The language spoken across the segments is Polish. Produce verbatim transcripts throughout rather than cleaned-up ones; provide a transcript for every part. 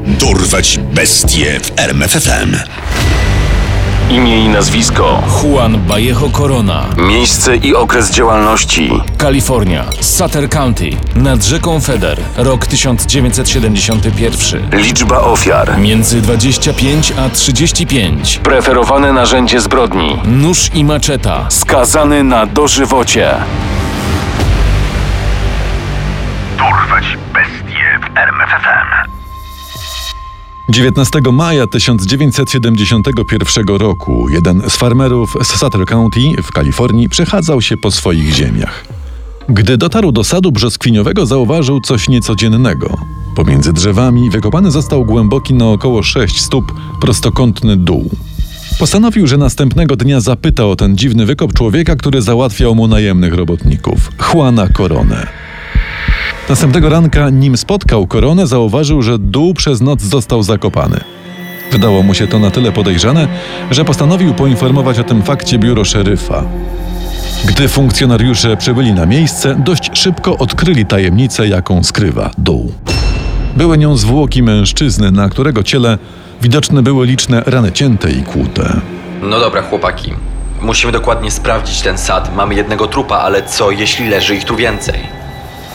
Dorwać bestie w R M F F M. Imię i nazwisko: Juan Vallejo Corona. Miejsce i okres działalności: Kalifornia, Sutter County, nad rzeką Feder, rok tysiąc dziewięćset siedemdziesiąty pierwszy. Liczba ofiar: między dwadzieścia pięć a trzydzieści pięć. Preferowane narzędzie zbrodni: Nóż i maczeta. Skazany na dożywocie. Dorwać bestie w R M F F M. dziewiętnastego maja tysiąc dziewięćset siedemdziesiątego pierwszego roku jeden z farmerów z Sutter County w Kalifornii przechadzał się po swoich ziemiach. Gdy dotarł do sadu brzoskwiniowego, zauważył coś niecodziennego. Pomiędzy drzewami wykopany został głęboki na około sześć stóp prostokątny dół. Postanowił, że następnego dnia zapyta o ten dziwny wykop człowieka, który załatwiał mu najemnych robotników, Juana Coronę. Następnego ranka, nim spotkał Coronę, zauważył, że dół przez noc został zakopany. Wydało mu się to na tyle podejrzane, że postanowił poinformować o tym fakcie biuro szeryfa. Gdy funkcjonariusze przybyli na miejsce, dość szybko odkryli tajemnicę, jaką skrywa dół. Były nią zwłoki mężczyzny, na którego ciele widoczne były liczne rany cięte i kłute. No dobra, chłopaki. Musimy dokładnie sprawdzić ten sad. Mamy jednego trupa, ale co jeśli leży ich tu więcej?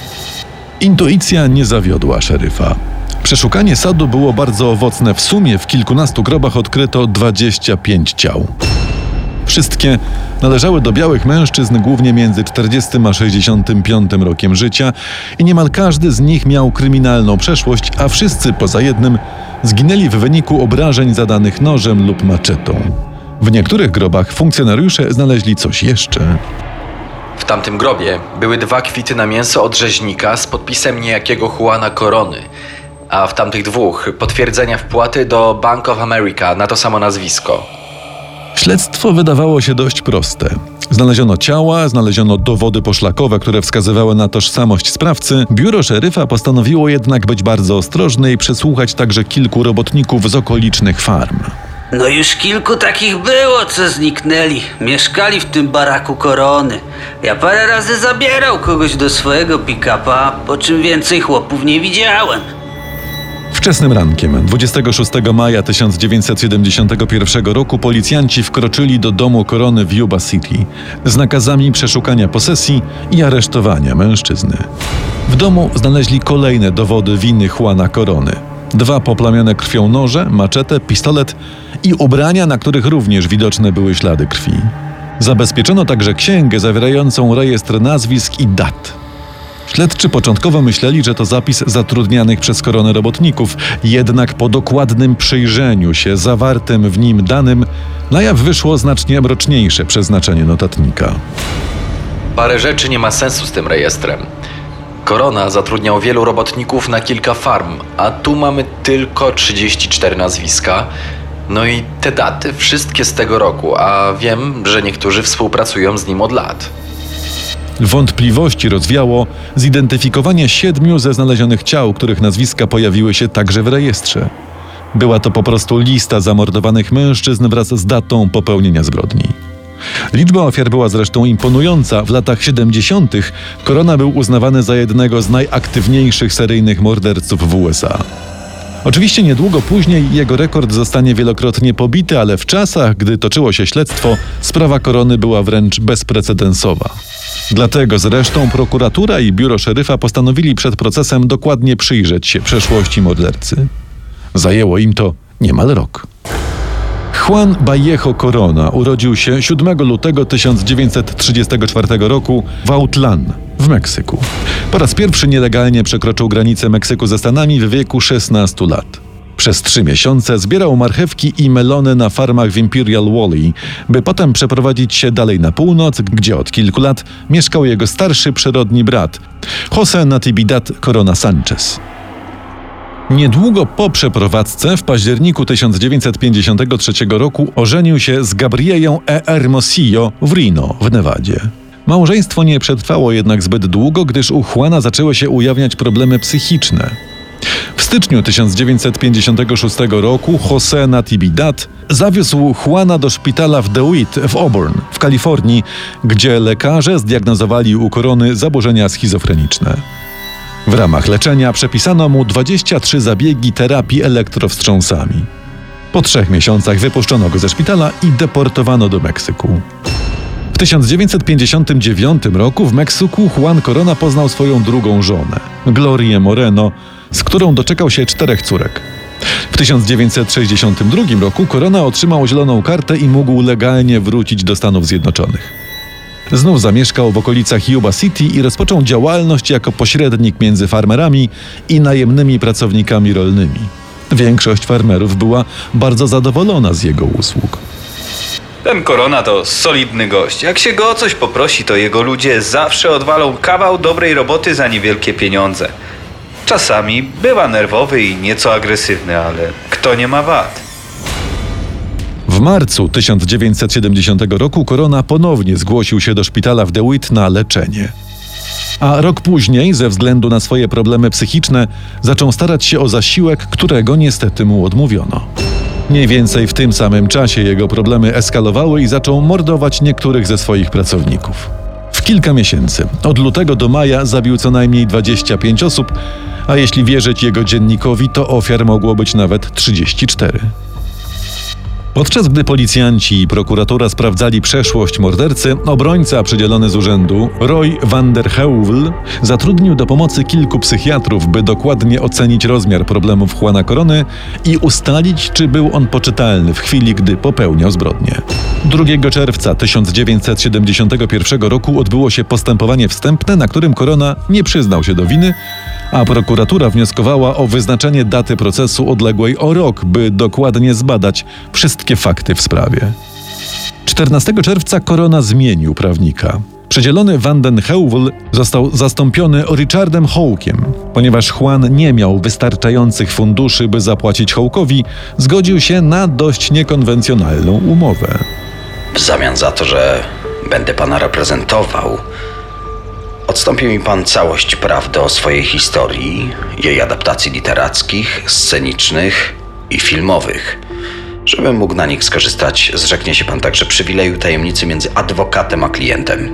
Intuicja nie zawiodła szeryfa. Przeszukanie sadu było bardzo owocne. W sumie w kilkunastu grobach odkryto dwadzieścia pięć ciał. Wszystkie należały do białych mężczyzn, głównie między czterdziestym a sześćdziesiątym piątym rokiem życia, i niemal każdy z nich miał kryminalną przeszłość, a wszyscy poza jednym zginęli w wyniku obrażeń zadanych nożem lub maczetą. W niektórych grobach funkcjonariusze znaleźli coś jeszcze. W tamtym grobie były dwa kwity na mięso od rzeźnika z podpisem niejakiego Juana Corony, a w tamtych dwóch potwierdzenia wpłaty do Bank of America na to samo nazwisko. Śledztwo wydawało się dość proste. Znaleziono ciała, znaleziono dowody poszlakowe, które wskazywały na tożsamość sprawcy. Biuro szeryfa postanowiło jednak być bardzo ostrożne i przesłuchać także kilku robotników z okolicznych farm. No już kilku takich było, co zniknęli. Mieszkali w tym baraku Corony. Ja parę razy zabierał kogoś do swojego pick-upa, po czym więcej chłopów nie widziałem. Wczesnym rankiem dwudziestego szóstego maja tysiąc dziewięćset siedemdziesiątego pierwszego roku policjanci wkroczyli do domu Corony w Yuba City z nakazami przeszukania posesji i aresztowania mężczyzny. W domu znaleźli kolejne dowody winy Juana Corony. Dwa poplamione krwią noże, maczetę, pistolet i ubrania, na których również widoczne były ślady krwi. Zabezpieczono także księgę zawierającą rejestr nazwisk i dat. Śledczy początkowo myśleli, że to zapis zatrudnianych przez Coronę robotników, jednak po dokładnym przyjrzeniu się zawartym w nim danym, na jaw wyszło znacznie mroczniejsze przeznaczenie notatnika. Parę rzeczy nie ma sensu z tym rejestrem. Corona zatrudniał wielu robotników na kilka farm, a tu mamy tylko trzydzieści cztery nazwiska. No i te daty wszystkie z tego roku, a wiem, że niektórzy współpracują z nim od lat. Wątpliwości rozwiało zidentyfikowanie siedmiu ze znalezionych ciał, których nazwiska pojawiły się także w rejestrze. Była to po prostu lista zamordowanych mężczyzn wraz z datą popełnienia zbrodni. Liczba ofiar była zresztą imponująca. W latach siedemdziesiątych Corona był uznawany za jednego z najaktywniejszych seryjnych morderców w U S A. Oczywiście niedługo później jego rekord zostanie wielokrotnie pobity, ale w czasach, gdy toczyło się śledztwo, sprawa Corony była wręcz bezprecedensowa. Dlatego zresztą prokuratura i biuro szeryfa postanowili przed procesem dokładnie przyjrzeć się przeszłości mordercy. Zajęło im to niemal rok. Juan Vallejo Corona urodził się siódmego lutego tysiąc dziewięćset trzydziestego czwartego roku w Autlan w Meksyku. Po raz pierwszy nielegalnie przekroczył granicę Meksyku ze Stanami w wieku szesnastu lat. Przez trzy miesiące zbierał marchewki i melony na farmach w Imperial Valley, by potem przeprowadzić się dalej na północ, gdzie od kilku lat mieszkał jego starszy przyrodni brat, José Natividad Corona Sanchez. Niedługo po przeprowadzce w październiku tysiąc dziewięćset pięćdziesiątego trzeciego roku ożenił się z Gabrielą E. Hermosillo w Reno w Nevadzie. Małżeństwo nie przetrwało jednak zbyt długo, gdyż u Juana zaczęły się ujawniać problemy psychiczne. W styczniu tysiąc dziewięćset pięćdziesiątego szóstego roku José Natividad zawiózł Juana do szpitala w DeWitt w Auburn w Kalifornii, gdzie lekarze zdiagnozowali u Corony zaburzenia schizofreniczne. W ramach leczenia przepisano mu dwadzieścia trzy zabiegi terapii elektrowstrząsami. Po trzech miesiącach wypuszczono go ze szpitala i deportowano do Meksyku. W tysiąc dziewięćset pięćdziesiątym dziewiątym roku w Meksyku Juan Corona poznał swoją drugą żonę, Glorię Moreno, z którą doczekał się czterech córek. W tysiąc dziewięćset sześćdziesiątym drugim roku Corona otrzymał zieloną kartę i mógł legalnie wrócić do Stanów Zjednoczonych. Znów zamieszkał w okolicach Yuba City i rozpoczął działalność jako pośrednik między farmerami i najemnymi pracownikami rolnymi. Większość farmerów była bardzo zadowolona z jego usług. Ten Corona to solidny gość. Jak się go o coś poprosi, to jego ludzie zawsze odwalą kawał dobrej roboty za niewielkie pieniądze. Czasami bywa nerwowy i nieco agresywny, ale kto nie ma wad? W marcu tysiąc dziewięćset siedemdziesiątego roku Corona ponownie zgłosił się do szpitala w DeWitt na leczenie. A rok później, ze względu na swoje problemy psychiczne, zaczął starać się o zasiłek, którego niestety mu odmówiono. Mniej więcej w tym samym czasie jego problemy eskalowały i zaczął mordować niektórych ze swoich pracowników. W kilka miesięcy, od lutego do maja, zabił co najmniej dwadzieścia pięć osób, a jeśli wierzyć jego dziennikowi, to ofiar mogło być nawet trzydzieści cztery. Podczas gdy policjanci i prokuratura sprawdzali przeszłość mordercy, obrońca przydzielony z urzędu, Roy van der Heuvel, zatrudnił do pomocy kilku psychiatrów, by dokładnie ocenić rozmiar problemów Juana Corony i ustalić, czy był on poczytalny w chwili, gdy popełniał zbrodnię. drugiego czerwca tysiąc dziewięćset siedemdziesiątego pierwszego roku odbyło się postępowanie wstępne, na którym Corona nie przyznał się do winy, a prokuratura wnioskowała o wyznaczenie daty procesu odległej o rok, by dokładnie zbadać wszystkie fakty w sprawie. czternastego czerwca Corona zmienił prawnika. Przydzielony van den Heuvel został zastąpiony Richardem Hołkiem. Ponieważ Juan nie miał wystarczających funduszy, by zapłacić Hołkowi, zgodził się na dość niekonwencjonalną umowę. W zamian za to, że będę pana reprezentował, odstąpi mi pan całość prawdy o swojej historii, jej adaptacji literackich, scenicznych i filmowych. Żebym mógł na nich skorzystać, zrzeknie się pan także przywileju tajemnicy między adwokatem a klientem.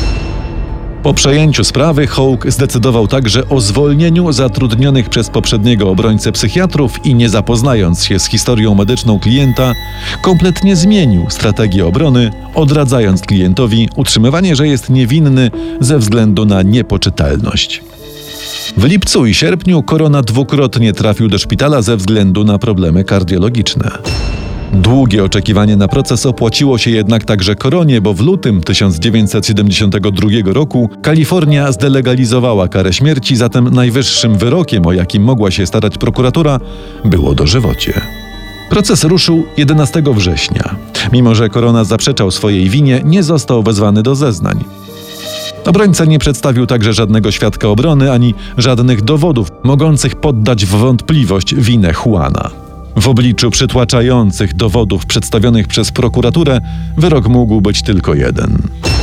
Po przejęciu sprawy Hołk zdecydował także o zwolnieniu zatrudnionych przez poprzedniego obrońcę psychiatrów i nie zapoznając się z historią medyczną klienta, kompletnie zmienił strategię obrony, odradzając klientowi utrzymywanie, że jest niewinny ze względu na niepoczytalność. W lipcu i sierpniu Corona dwukrotnie trafił do szpitala ze względu na problemy kardiologiczne. Długie oczekiwanie na proces opłaciło się jednak także Coronie, bo w lutym tysiąc dziewięćset siedemdziesiątego drugiego roku Kalifornia zdelegalizowała karę śmierci, zatem najwyższym wyrokiem, o jakim mogła się starać prokuratura, było dożywocie. Proces ruszył jedenastego września. Mimo że Corona zaprzeczał swojej winie, nie został wezwany do zeznań. Obrońca nie przedstawił także żadnego świadka obrony ani żadnych dowodów mogących poddać w wątpliwość winę Juana. W obliczu przytłaczających dowodów przedstawionych przez prokuraturę wyrok mógł być tylko jeden.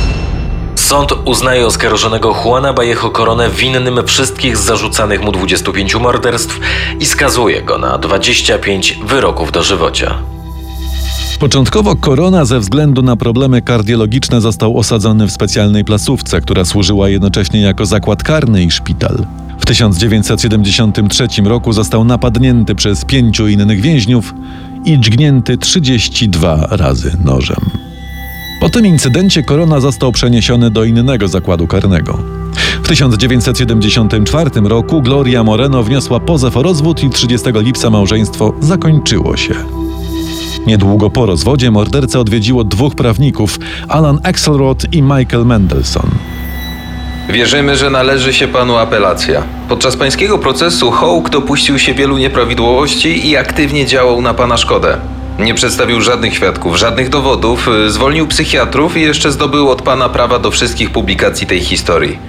Sąd uznaje oskarżonego Juana Vallejo Coronę winnym wszystkich z zarzucanych mu dwudziestu pięciu morderstw i skazuje go na dwadzieścia pięć wyroków dożywocia. Początkowo Corona ze względu na problemy kardiologiczne został osadzony w specjalnej placówce, która służyła jednocześnie jako zakład karny i szpital. W tysiąc dziewięćset siedemdziesiątym trzecim roku został napadnięty przez pięciu innych więźniów i dźgnięty trzydzieści dwa razy nożem. Po tym incydencie Corona został przeniesiony do innego zakładu karnego. W tysiąc dziewięćset siedemdziesiątym czwartym roku Gloria Moreno wniosła pozew o rozwód i trzydziestego lipca małżeństwo zakończyło się. Niedługo po rozwodzie mordercę odwiedziło dwóch prawników, Alan Axelrod i Michael Mendelson. Wierzymy, że należy się panu apelacja. Podczas pańskiego procesu Hołk dopuścił się wielu nieprawidłowości i aktywnie działał na pana szkodę. Nie przedstawił żadnych świadków, żadnych dowodów, zwolnił psychiatrów i jeszcze zdobył od pana prawa do wszystkich publikacji tej historii.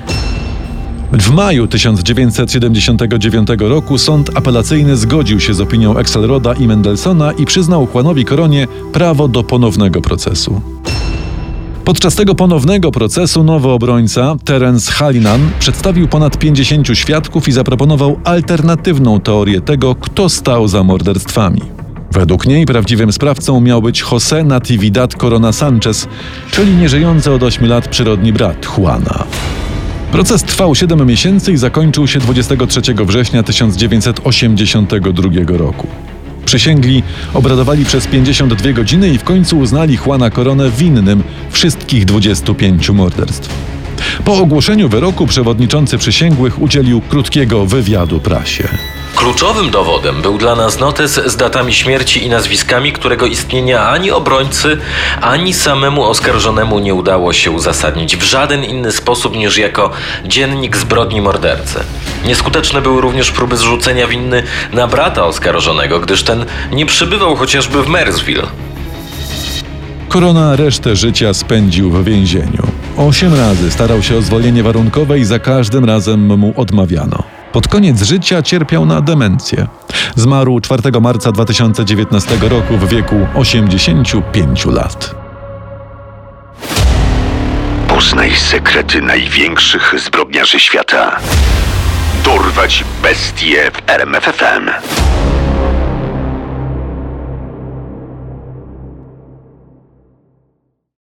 W maju tysiąc dziewięćset siedemdziesiątego dziewiątego roku sąd apelacyjny zgodził się z opinią Axelroda i Mendelsona i przyznał Juanowi Coronie prawo do ponownego procesu. Podczas tego ponownego procesu nowy obrońca, Terence Hallinan, przedstawił ponad pięćdziesięciu świadków i zaproponował alternatywną teorię tego, kto stał za morderstwami. Według niej prawdziwym sprawcą miał być José Natividad Corona Sanchez, czyli nieżyjący od ośmiu lat przyrodni brat Juana. Proces trwał siedem miesięcy i zakończył się dwudziestego trzeciego września tysiąc dziewięćset osiemdziesiątego drugiego roku. Przysięgli obradowali przez pięćdziesiąt dwie godziny i w końcu uznali Juana Coronę winnym wszystkich dwudziestu pięciu morderstw. Po ogłoszeniu wyroku przewodniczący przysięgłych udzielił krótkiego wywiadu prasie. Kluczowym dowodem był dla nas notes z datami śmierci i nazwiskami, którego istnienia ani obrońcy, ani samemu oskarżonemu nie udało się uzasadnić w żaden inny sposób niż jako dziennik zbrodni mordercy. Nieskuteczne były również próby zrzucenia winy na brata oskarżonego, gdyż ten nie przybywał chociażby w Marysville. Corona resztę życia spędził w więzieniu. Osiem razy starał się o zwolnienie warunkowe i za każdym razem mu odmawiano. Pod koniec życia cierpiał na demencję. Zmarł czwartego marca dwa tysiące dziewiętnastego roku w wieku osiemdziesięciu pięciu lat. Poznaj sekrety największych zbrodniarzy świata. Dorwać bestie w R M F F M.